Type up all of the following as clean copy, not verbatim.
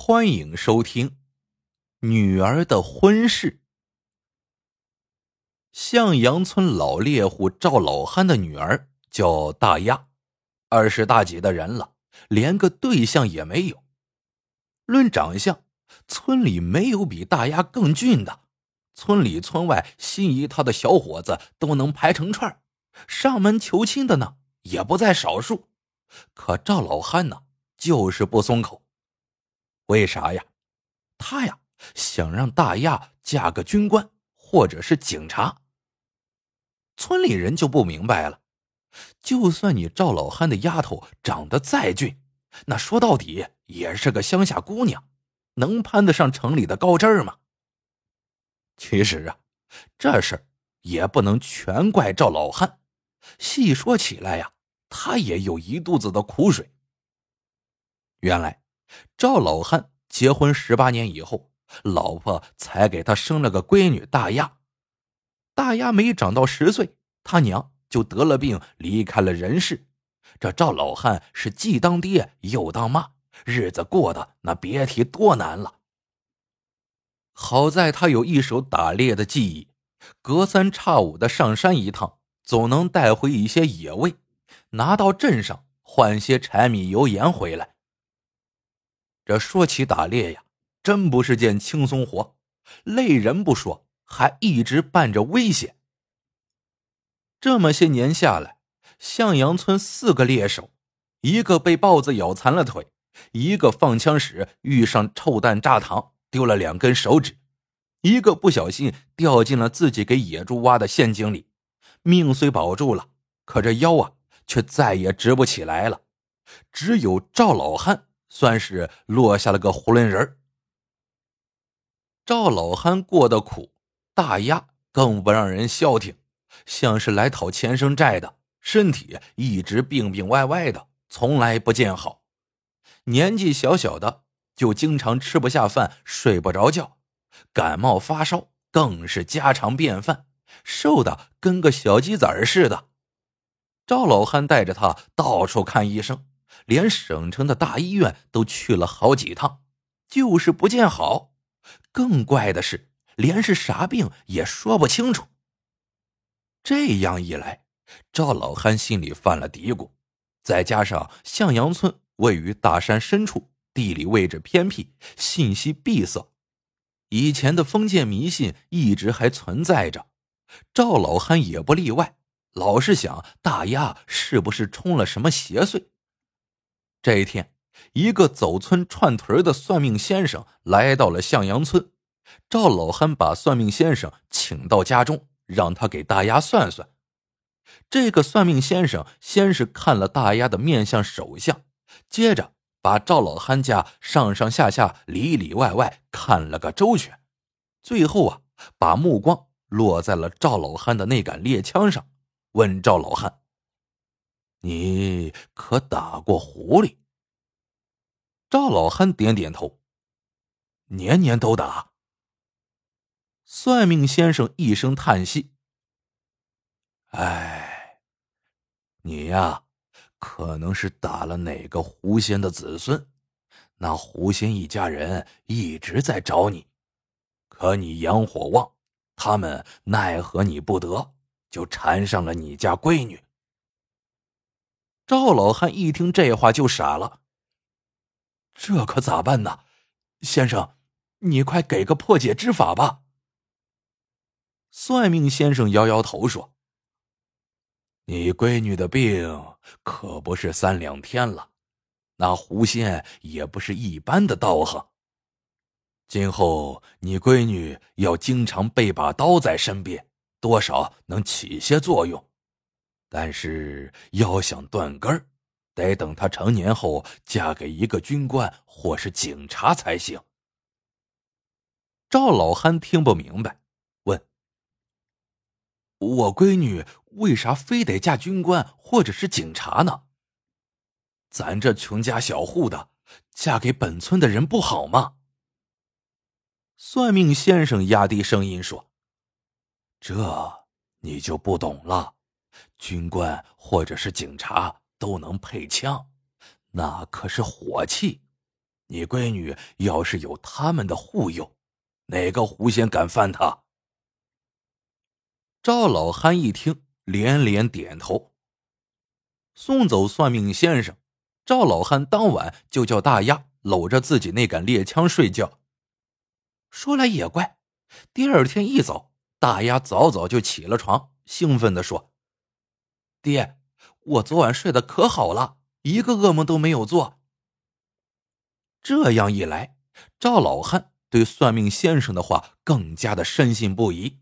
欢迎收听女儿的婚事。向阳村老猎户赵老汉的女儿叫大丫，20大几的人了，连个对象也没有。论长相，村里没有比大丫更俊的，村里村外心仪她的小伙子都能排成串，上门求亲的呢也不在少数。可赵老汉呢就是不松口。为啥呀？他呀想让大丫嫁个军官或者是警察。村里人就不明白了，就算你赵老汉的丫头长得再俊，那说到底也是个乡下姑娘，能攀得上城里的高枝儿吗？其实啊，这事儿也不能全怪赵老汉，细说起来呀，他也有一肚子的苦水。原来赵老汉结婚18年以后，老婆才给他生了个闺女大丫。大丫没长到10岁，他娘就得了病离开了人世。这赵老汉是既当爹又当妈，日子过得那别提多难了。好在他有一手打猎的技艺，隔3差5的上山一趟，总能带回一些野味，拿到镇上换些柴米油盐回来。这说起打猎呀，真不是件轻松活，累人不说，还一直伴着危险。这么些年下来，向阳村4个猎手，一个被豹子咬残了腿，一个放枪时遇上臭弹炸膛丢了2根手指，一个不小心掉进了自己给野猪挖的陷阱里，命虽保住了，可这腰啊却再也直不起来了。只有赵老汉算是落下了个囫囵人。赵老汉过得苦，大丫更不让人消停，像是来讨钱生债的，身体一直病病歪歪的，从来不见好。年纪小小的就经常吃不下饭，睡不着觉，感冒发烧更是家常便饭，瘦的跟个小鸡仔似的。赵老汉带着他到处看医生，连省城的大医院都去了好几趟，就是不见好。更怪的是，连是啥病也说不清楚。这样一来，赵老汉心里犯了嘀咕，再加上向阳村位于大山深处，地理位置偏僻，信息闭塞，以前的封建迷信一直还存在着，赵老汉也不例外，老是想大丫是不是冲了什么邪祟。这一天，一个走村串屯的算命先生来到了向阳村，赵老汉把算命先生请到家中，让他给大丫算算。这个算命先生先是看了大丫的面相手相，接着把赵老汉家上上下下里里外外看了个周全，最后啊，把目光落在了赵老汉的那杆猎枪上，问赵老汉：你可打过狐狸？赵老汉点点头：年年都打。算命先生一声叹息：哎，你呀，可能是打了哪个狐仙的子孙，那狐仙一家人一直在找你，可你阳火旺，他们奈何你不得，就缠上了你家闺女。赵老汉一听这话就傻了，这可咋办呢？先生，你快给个破解之法吧。算命先生摇摇头说：你闺女的病可不是3两天了，那狐仙也不是一般的道行，今后你闺女要经常备把刀在身边，多少能起些作用，但是要想断根儿，得等她成年后嫁给一个军官或是警察才行。赵老汉听不明白，问：我闺女为啥非得嫁军官或者是警察呢？咱这穷家小户的，嫁给本村的人不好吗？算命先生压低声音说：这你就不懂了，军官或者是警察都能配枪，那可是火器， 你闺女要是有他们的护佑，哪个狐仙敢犯她？”赵老汉一听，连连点头。送走算命先生，赵老汉当晚就叫大丫搂着自己那杆猎枪睡觉。说来也怪，第二天一早，大丫早早就起了床，兴奋地说：“爹，我昨晚睡得可好了，一个噩梦都没有做。”这样一来，赵老汉对算命先生的话更加的深信不疑。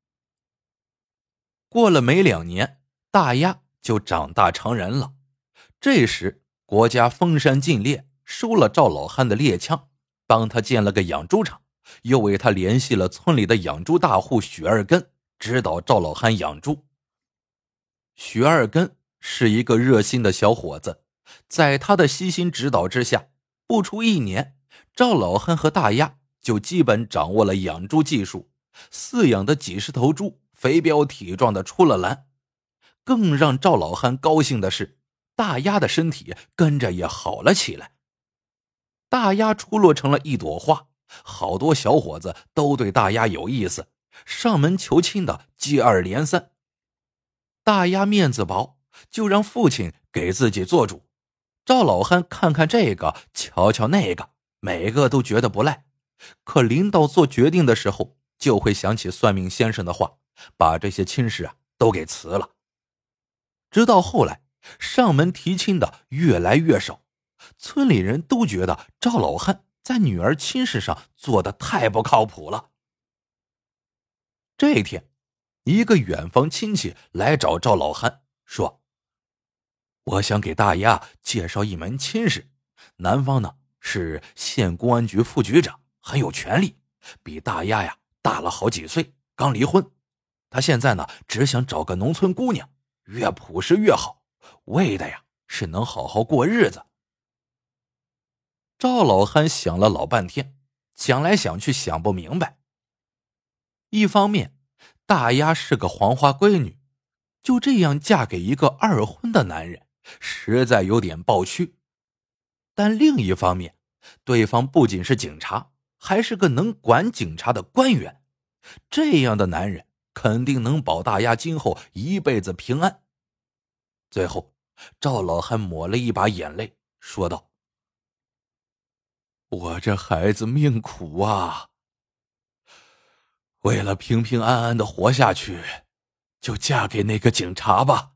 过了没2年，大丫就长大成人了。这时国家封山禁猎，收了赵老汉的猎枪，帮他建了个养猪场，又为他联系了村里的养猪大户许二根，指导赵老汉养猪。许二根是一个热心的小伙子，在他的悉心指导之下，不出1年，赵老汉和大丫就基本掌握了养猪技术，饲养的几10头猪肥膘体壮的出了栏。更让赵老汉高兴的是，大丫的身体跟着也好了起来。大丫出落成了一朵花，好多小伙子都对大丫有意思，上门求亲的接二连三。大丫面子薄，就让父亲给自己做主。赵老汉看看这个，瞧瞧那个，每个都觉得不赖。可临到做决定的时候，就会想起算命先生的话，把这些亲事都给辞了。直到后来，上门提亲的越来越少，村里人都觉得赵老汉在女儿亲事上做得太不靠谱了。这一天，一个远房亲戚来找赵老汉，说：“我想给大丫介绍一门亲事，男方呢是县公安局副局长，很有权力，比大丫大了好几岁，刚离婚。他现在呢只想找个农村姑娘，越朴实越好，为的是能好好过日子。”赵老汉想了老半天，想来想去想不明白。一方面，大丫是个黄花闺女，就这样嫁给一个二婚的男人，实在有点抱屈。但另一方面，对方不仅是警察，还是个能管警察的官员，这样的男人肯定能保大丫今后一辈子平安。最后，赵老汉抹了一把眼泪，说道：“我这孩子命苦啊，为了平平安安的活下去，就嫁给那个警察吧。”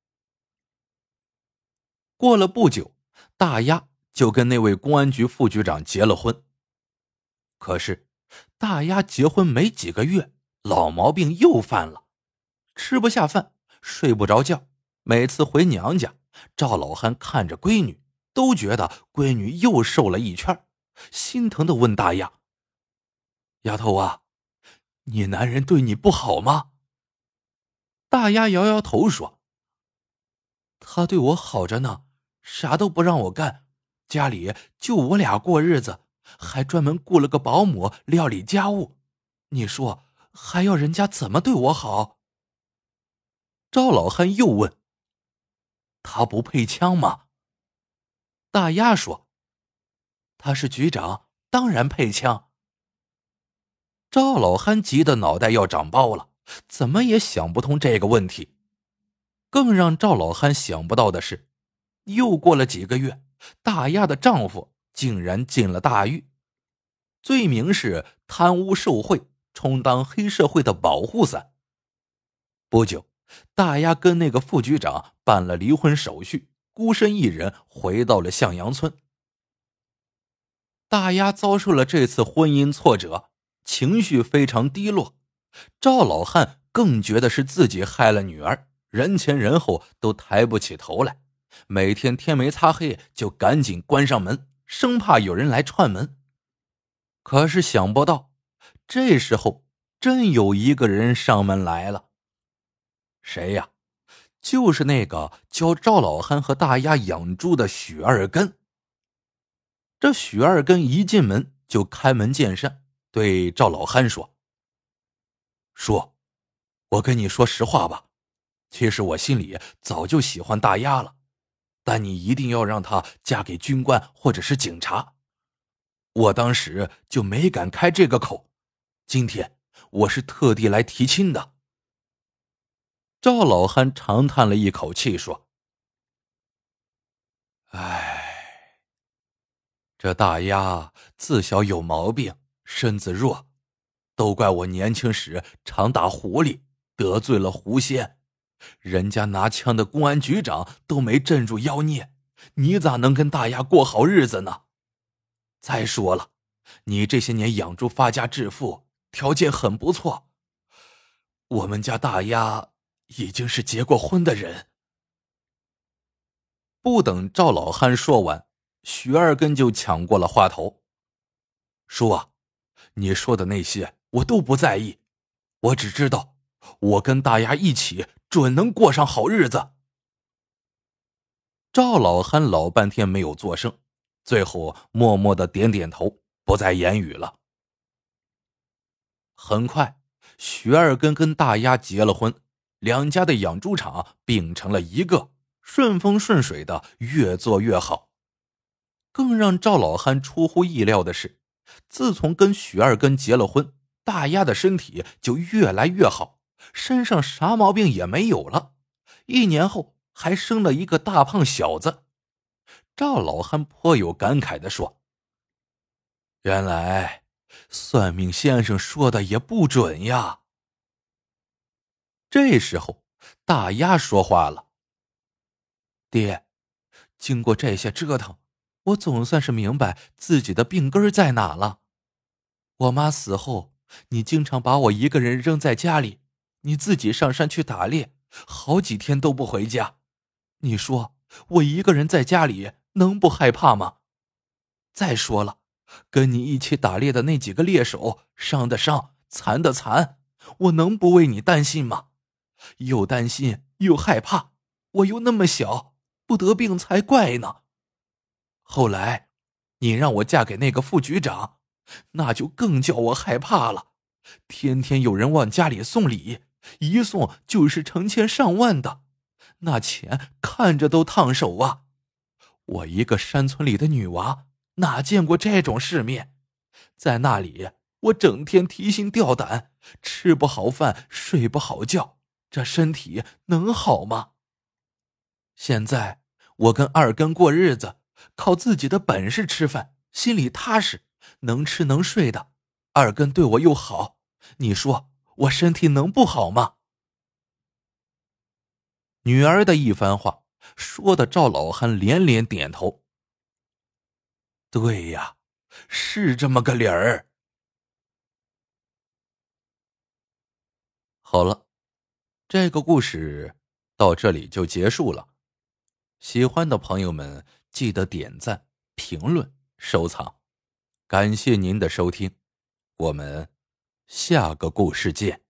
过了不久，大丫就跟那位公安局副局长结了婚。可是大丫结婚没几个月，老毛病又犯了，吃不下饭，睡不着觉，每次回娘家，赵老汉看着闺女，都觉得闺女又瘦了一圈，心疼地问大丫：“丫头啊，你男人对你不好吗？”大丫摇摇头说：“他对我好着呢，啥都不让我干，家里就我俩过日子，还专门雇了个保姆料理家务，你说还要人家怎么对我好？”赵老汉又问：“他不配枪吗？”大丫说：“他是局长，当然配枪。”赵老汉急得脑袋要长包了，怎么也想不通这个问题。更让赵老汉想不到的是，又过了几个月，大丫的丈夫竟然进了大狱，罪名是贪污受贿，充当黑社会的保护伞。不久，大丫跟那个副局长办了离婚手续，孤身一人回到了向阳村。大丫遭受了这次婚姻挫折，情绪非常低落。赵老汉更觉得是自己害了女儿，人前人后都抬不起头来，每天天没擦黑就赶紧关上门，生怕有人来串门。可是想不到，这时候真有一个人上门来了。谁呀？就是那个教赵老汉和大丫养猪的许二根。这许二根一进门就开门见山，对赵老汉说：“说，我跟你说实话吧，其实我心里早就喜欢大丫了，但你一定要让她嫁给军官或者是警察。 我当时就没敢开这个口，今天我是特地来提亲的。赵老汉长叹了一口气说：唉，这大丫自小有毛病，身子弱，都怪我年轻时常打狐狸，得罪了狐仙，人家拿枪的公安局长都没镇住妖孽，你咋能跟大丫过好日子呢？再说了，你这些年养猪发家致富，条件很不错，我们家大丫已经是结过婚的人。不等赵老汉说完，许二根就抢过了话头：叔啊，你说的那些我都不在意，我只知道我跟大丫一起准能过上好日子。赵老汉老半天没有作声，最后默默地点点头，不再言语了。很快，许二根跟大丫结了婚，两家的养猪场并成了一个，顺风顺水的，越做越好。更让赵老汉出乎意料的是，自从跟许二根结了婚，大丫的身体就越来越好，身上啥毛病也没有了。1年后还生了一个大胖小子。赵老汉颇有感慨地说：原来算命先生说的也不准呀。这时候大丫说话了：爹，经过这些折腾，我总算是明白自己的病根在哪了。我妈死后，你经常把我一个人扔在家里，你自己上山去打猎，好几天都不回家。你说我一个人在家里能不害怕吗？再说了，跟你一起打猎的那几个猎手，伤的伤，残的残，我能不为你担心吗？又担心又害怕，我又那么小，不得病才怪呢。后来你让我嫁给那个副局长，那就更叫我害怕了。天天有人往家里送礼，一送就是成千上万的，那钱看着都烫手啊。我一个山村里的女娃，哪见过这种世面？在那里我整天提心吊胆，吃不好饭，睡不好觉，这身体能好吗？现在我跟二根过日子，靠自己的本事吃饭，心里踏实，能吃能睡的。二根对我又好，你说我身体能不好吗？女儿的一番话说的赵老汉连连点头。对呀，是这么个理儿。好了，这个故事到这里就结束了。喜欢的朋友们记得点赞、评论、收藏。感谢您的收听，我们下个故事见。